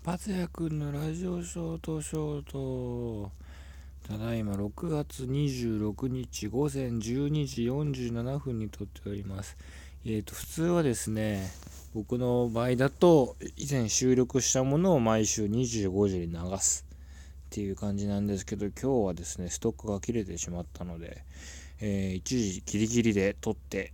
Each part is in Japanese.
達也くんのラジオショートショート。ただいま6月26日午前12時47分に撮っております。普通はですね、僕の場合だと以前収録したものを毎週25時に流すっていう感じなんですけど、今日はですねストックが切れてしまったので、1時ギリギリで撮って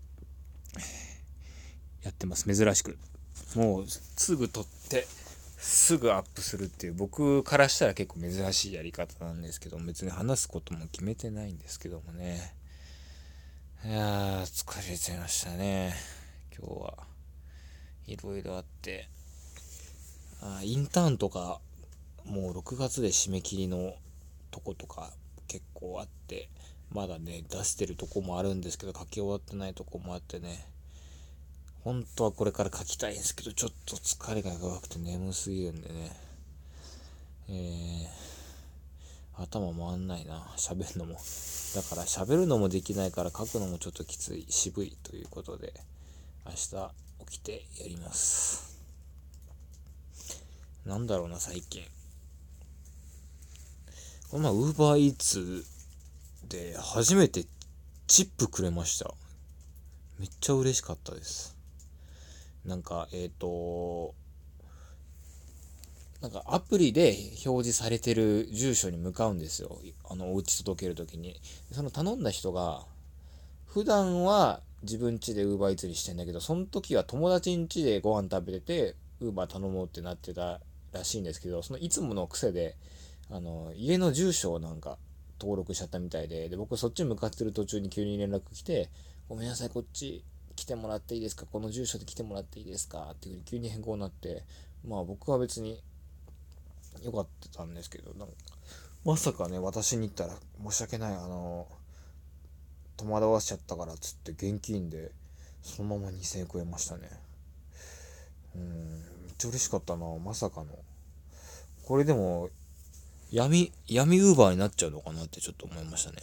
やってます。珍しくもうすぐ撮ってすぐアップするっていう、僕からしたら結構珍しいやり方なんですけど、別に話すことも決めてないんですけどもね。いやー疲れちゃいましたね。今日はいろいろあって、インターンとかもう6月で締め切りのとことか結構あって、まだね出してるとこもあるんですけど書き終わってないとこもあってね、本当はこれから書きたいんですけど、ちょっと疲れが弱くて眠すぎるんでね、頭回んないな、喋るのも。だから喋るのもできないから書くのもちょっときつい、渋いということで、明日起きてやります。なんだろうな、最近。この前、ウーバーイーツで初めてチップくれました。めっちゃ嬉しかったです。なんか、なんかアプリで表示されてる住所に向かうんですよ。お家届けるときに。その頼んだ人が、普段は自分家でウーバーイーツにしてんだけど、その時は友達ん家でご飯食べてて、ウーバー頼もうってなってたらしいんですけど、そのいつもの癖で、家の住所をなんか登録しちゃったみたいで、僕そっち向かってる途中に急に連絡来て、ごめんなさい、こっち来てもらっていいですか、この住所で来てもらっていいですかっていう風に急に変更になって、まあ僕は別に良かったんですけど、なんかまさかね、私に言ったら申し訳ない、戸惑わせちゃったからっつって現金でそのまま2000円くれましたね。めっちゃ嬉しかったな、まさかの。これでも闇ウーバーになっちゃうのかなってちょっと思いましたね。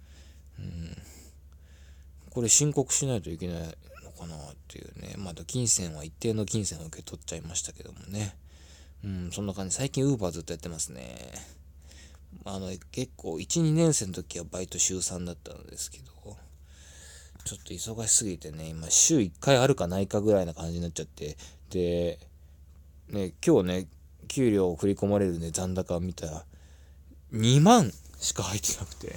これ申告しないといけないのかなっていうね。まだ金銭は一定の金銭を受け取っちゃいましたけどもね。そんな感じ。最近ウーバーずっとやってますね。結構1、2年生の時はバイト週3だったんですけど、ちょっと忙しすぎてね、今週1回あるかないかぐらいな感じになっちゃって、で、ね、今日ね、給料を振り込まれるね、残高を見たら、2万しか入ってなくて、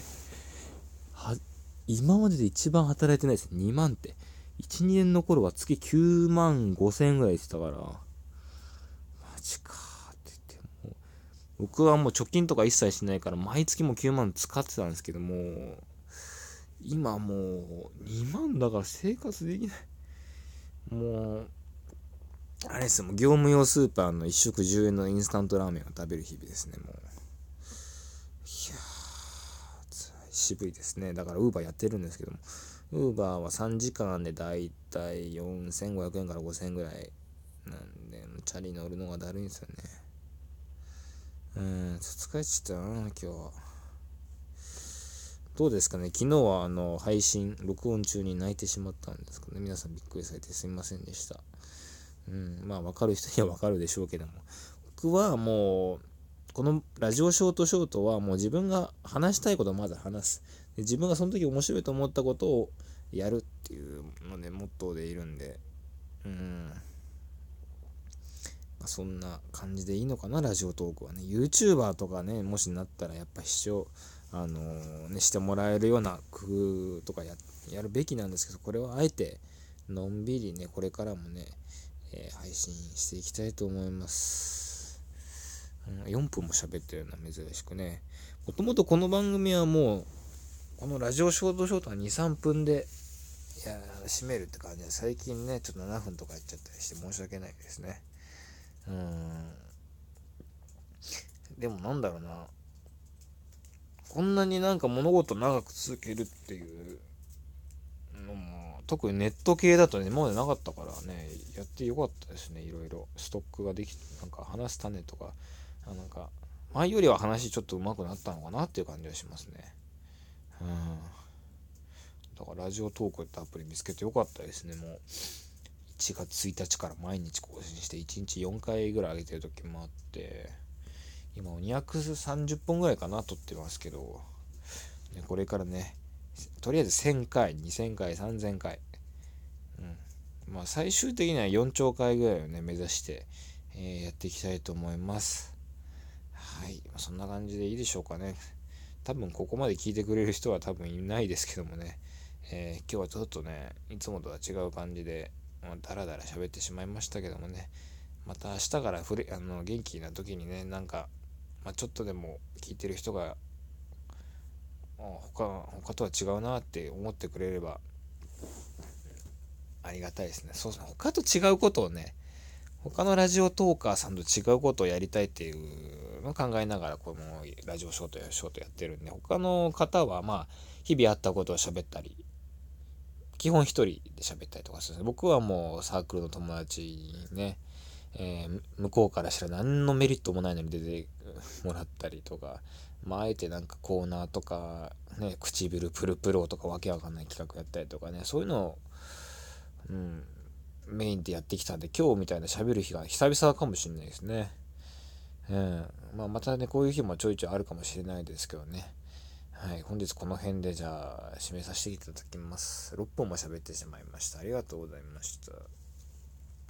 今までで一番働いてないです。2万って。1、2年の頃は月9万5千円ぐらいしてたから、マジかーって言って、僕はもう貯金とか一切しないから毎月も9万使ってたんですけども、今もう2万だから生活できない。もうあれですよ、もう業務用スーパーの1食10円のインスタントラーメンを食べる日々ですね。もういやー渋いですね。だからウーバーやってるんですけども、ウーバーは3時間でだいたい4500円から5000円ぐらいなんで、チャリ乗るのがだるいんですよね。ちょっと疲れちゃったな今日は。どうですかね。昨日は配信録音中に泣いてしまったんですけどね、皆さんびっくりされてすみませんでした。まあ分かる人には分かるでしょうけども、僕はもうこのラジオショートショートはもう自分が話したいことをまず話す。で自分がその時面白いと思ったことをやるっていうのでモットーでいるんで、まあ、そんな感じでいいのかな、ラジオトークはね。 YouTuber とかね、もしなったらやっぱ視聴してもらえるような工夫とかやるべきなんですけど、これはあえてのんびりね、これからもね、配信していきたいと思います。4分も喋ってるのは珍しくね。もともとこの番組はもうこのラジオショートショートは2、3分で締めるって感じで、最近ねちょっと7分とかやっちゃったりして申し訳ないですね。でもなんだろうな、こんなになんか物事長く続けるっていうのも、特にネット系だとね、今までなかったからね、やってよかったですね。いろいろストックができて、なんか話す種とか、なんか前よりは話ちょっと上手くなったのかなっていう感じはしますね。だからラジオトークってアプリ見つけてよかったですね。もう 1月1日から毎日更新して1日4回ぐらい上げてる時もあって、今230本ぐらいかな撮ってますけど、ね、これからね、とりあえず1000回、2000回、3000回、まあ最終的には4兆回ぐらいをね目指して、やっていきたいと思います。はい、そんな感じでいいでしょうかね。多分ここまで聞いてくれる人は多分いないですけどもね、今日はちょっとねいつもとは違う感じでダラダラ喋ってしまいましたけどもね、また明日から元気な時にね、なんか、ちょっとでも聞いてる人が他とは違うなって思ってくれればありがたいですね。そうそう、他と違うことをね、他のラジオトーカーさんと違うことをやりたいっていうのを考えながらこのラジオショートやってるんで、他の方は日々あったことを喋ったり、基本一人で喋ったりとかするんです。僕はもうサークルの友達にね、向こうからしたら何のメリットもないのに出てもらったりとか、あえてなんかコーナーとかね、唇プルプルとかわけわかんない企画やったりとかね、そういうのを、メインでやってきたんで、今日みたいな喋る日が久々かもしれないですね。またね、こういう日もちょいちょいあるかもしれないですけどね。はい、本日この辺でじゃあ締めさせていただきます。6本も喋ってしまいました。ありがとうございました。